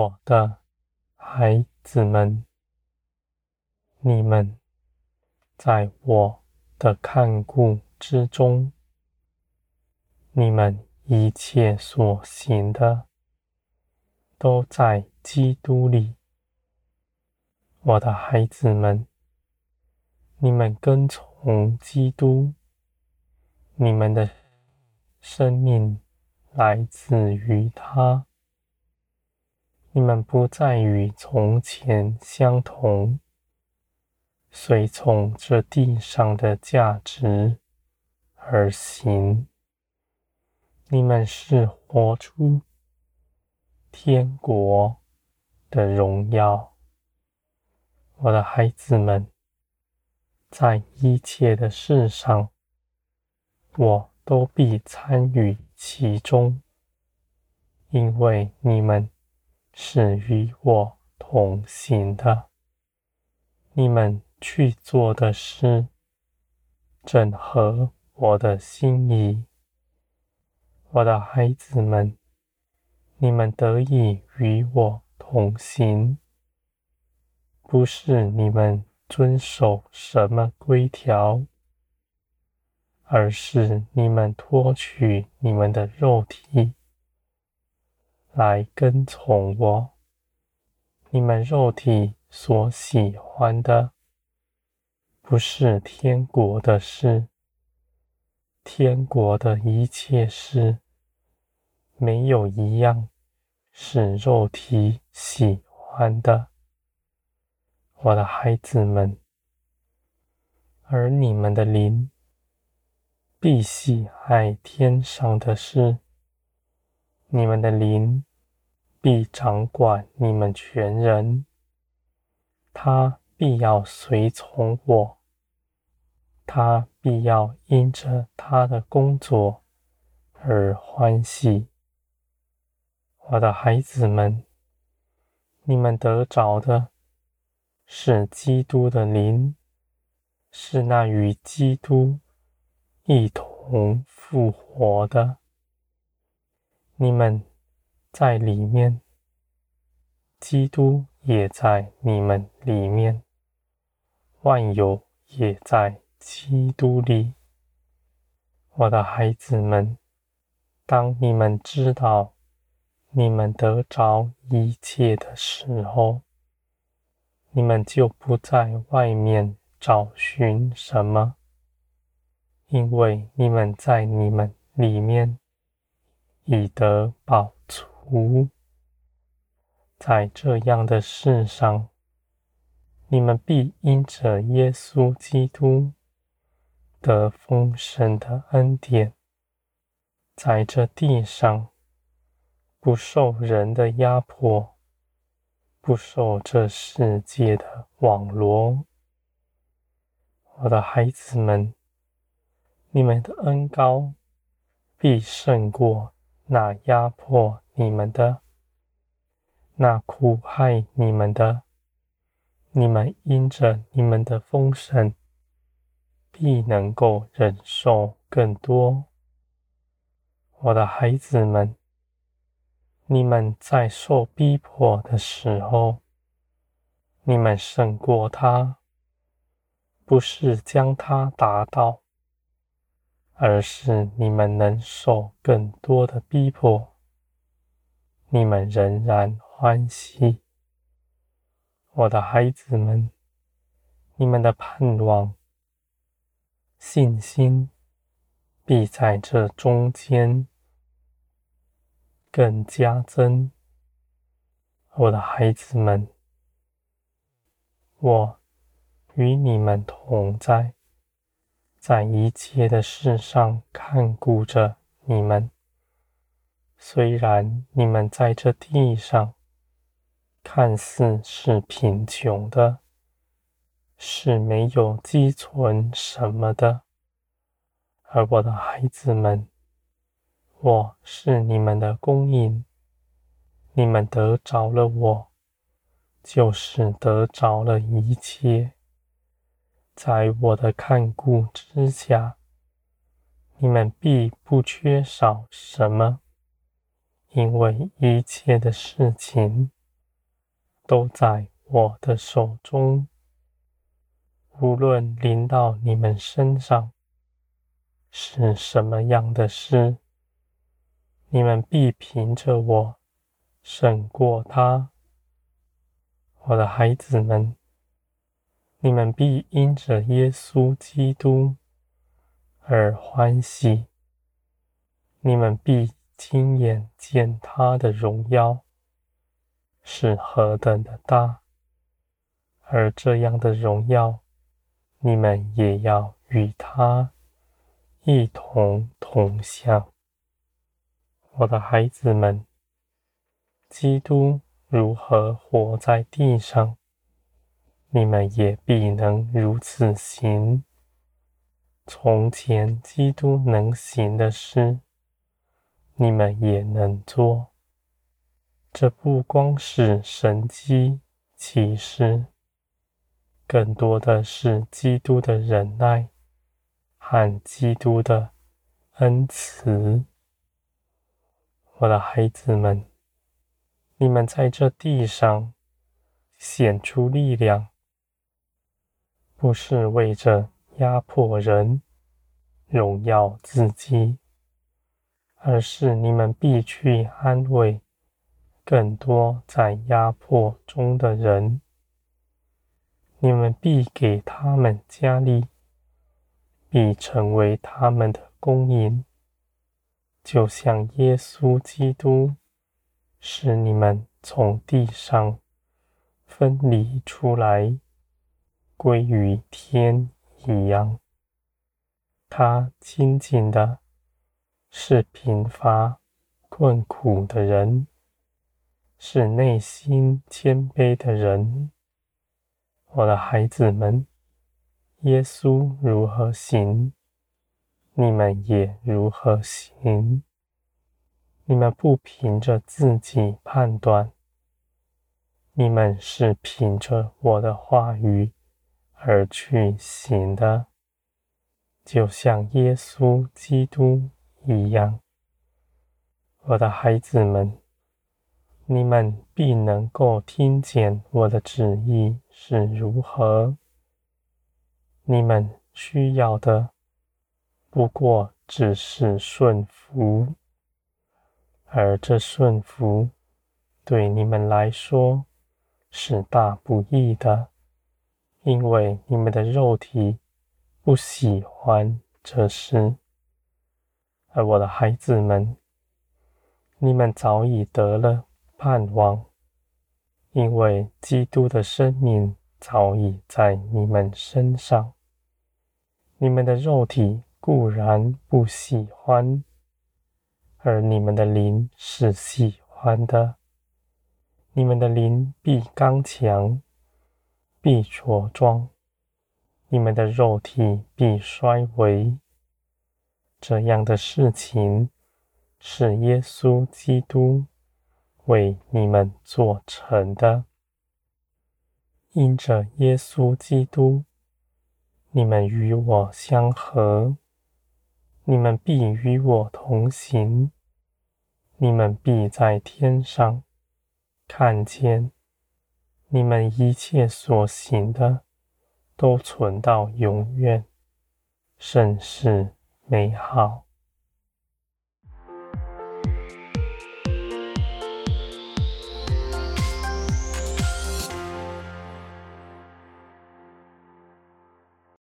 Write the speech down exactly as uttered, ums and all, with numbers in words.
我的孩子们，你们在我的看顾之中，你们一切所行的都在基督里。我的孩子们，你们跟从基督，你们的生命来自于他，你们不再与从前相同，随从这地上的价值而行。你们是活出天国的荣耀。我的孩子们，在一切的事上，我都必参与其中，因为你们是与我同行的。你们去做的事，正合我的心意。我的孩子们，你们得以与我同行，不是你们遵守什么规条，而是你们脱去你们的肉体来跟从我。你们肉体所喜欢的，不是天国的事。天国的一切事，没有一样是肉体喜欢的。我的孩子们，而你们的灵必喜爱天上的事，你们的灵必掌管你们全人，他必要随从我，他必要因着他的工作而欢喜。我的孩子们，你们得着的是基督的灵，是那与基督一同复活的。你们在里面，基督也在你们里面，万有也在基督里。我的孩子们，当你们知道你们得着一切的时候，你们就不在外面找寻什么，因为你们在你们里面已得饱足。在这样的事上，你们必因着耶稣基督得丰盛的恩典，在这地上不受人的压迫，不受这世界的网罗。我的孩子们，你们的恩膏必胜过那压迫你们的，那苦害你们的。你们因着你们的丰盛，必能够忍受更多。我的孩子们，你们在受逼迫的时候，你们胜过他，不是将他打倒，而是你们能受更多的逼迫，你们仍然欢喜。我的孩子们，你们的盼望、信心必在这中间更加增。我的孩子们，我与你们同在，在一切的事上看顾着你们。虽然你们在这地上看似是贫穷的，是没有积存什么的，而我的孩子们，我是你们的供应，你们得着了我，就是得着了一切。在我的看顾之下，你们必不缺少什么，因为一切的事情都在我的手中。无论临到你们身上是什么样的事，你们必凭着我胜过他。我的孩子们，你们必因着耶稣基督而欢喜，你们必亲眼见他的荣耀是何等的大，而这样的荣耀，你们也要与他一同同享。我的孩子们，基督如何活在地上，你们也必能如此行。从前基督能行的事，你们也能做。这不光是神迹奇事，更多的是基督的忍耐和基督的恩慈。我的孩子们，你们在这地上显出力量，不是为着压迫人、荣耀自己，而是你们必去安慰更多在压迫中的人。你们必给他们加力，必成为他们的供应，就像耶稣基督使你们从地上分离出来，归于天一样。他亲近的是贫乏困苦的人，是内心谦卑的人。我的孩子们，耶稣如何行，你们也如何行。你们不凭着自己判断，你们是凭着我的话语而去行的，就像耶稣基督一样。我的孩子们，你们必能够听见我的旨意是如何。你们需要的不过只是顺服，而这顺服对你们来说是大不易的，因为你们的肉体不喜欢这事。而我的孩子们，你们早已得了盼望，因为基督的生命早已在你们身上。你们的肉体固然不喜欢，而你们的灵是喜欢的。你们的灵必刚强，必茁壮，你们的肉体必衰微。这样的事情是耶稣基督为你们做成的。因着耶稣基督，你们与我相合，你们必与我同行，你们必在天上看见，你们一切所行的都存到永远，甚是美好。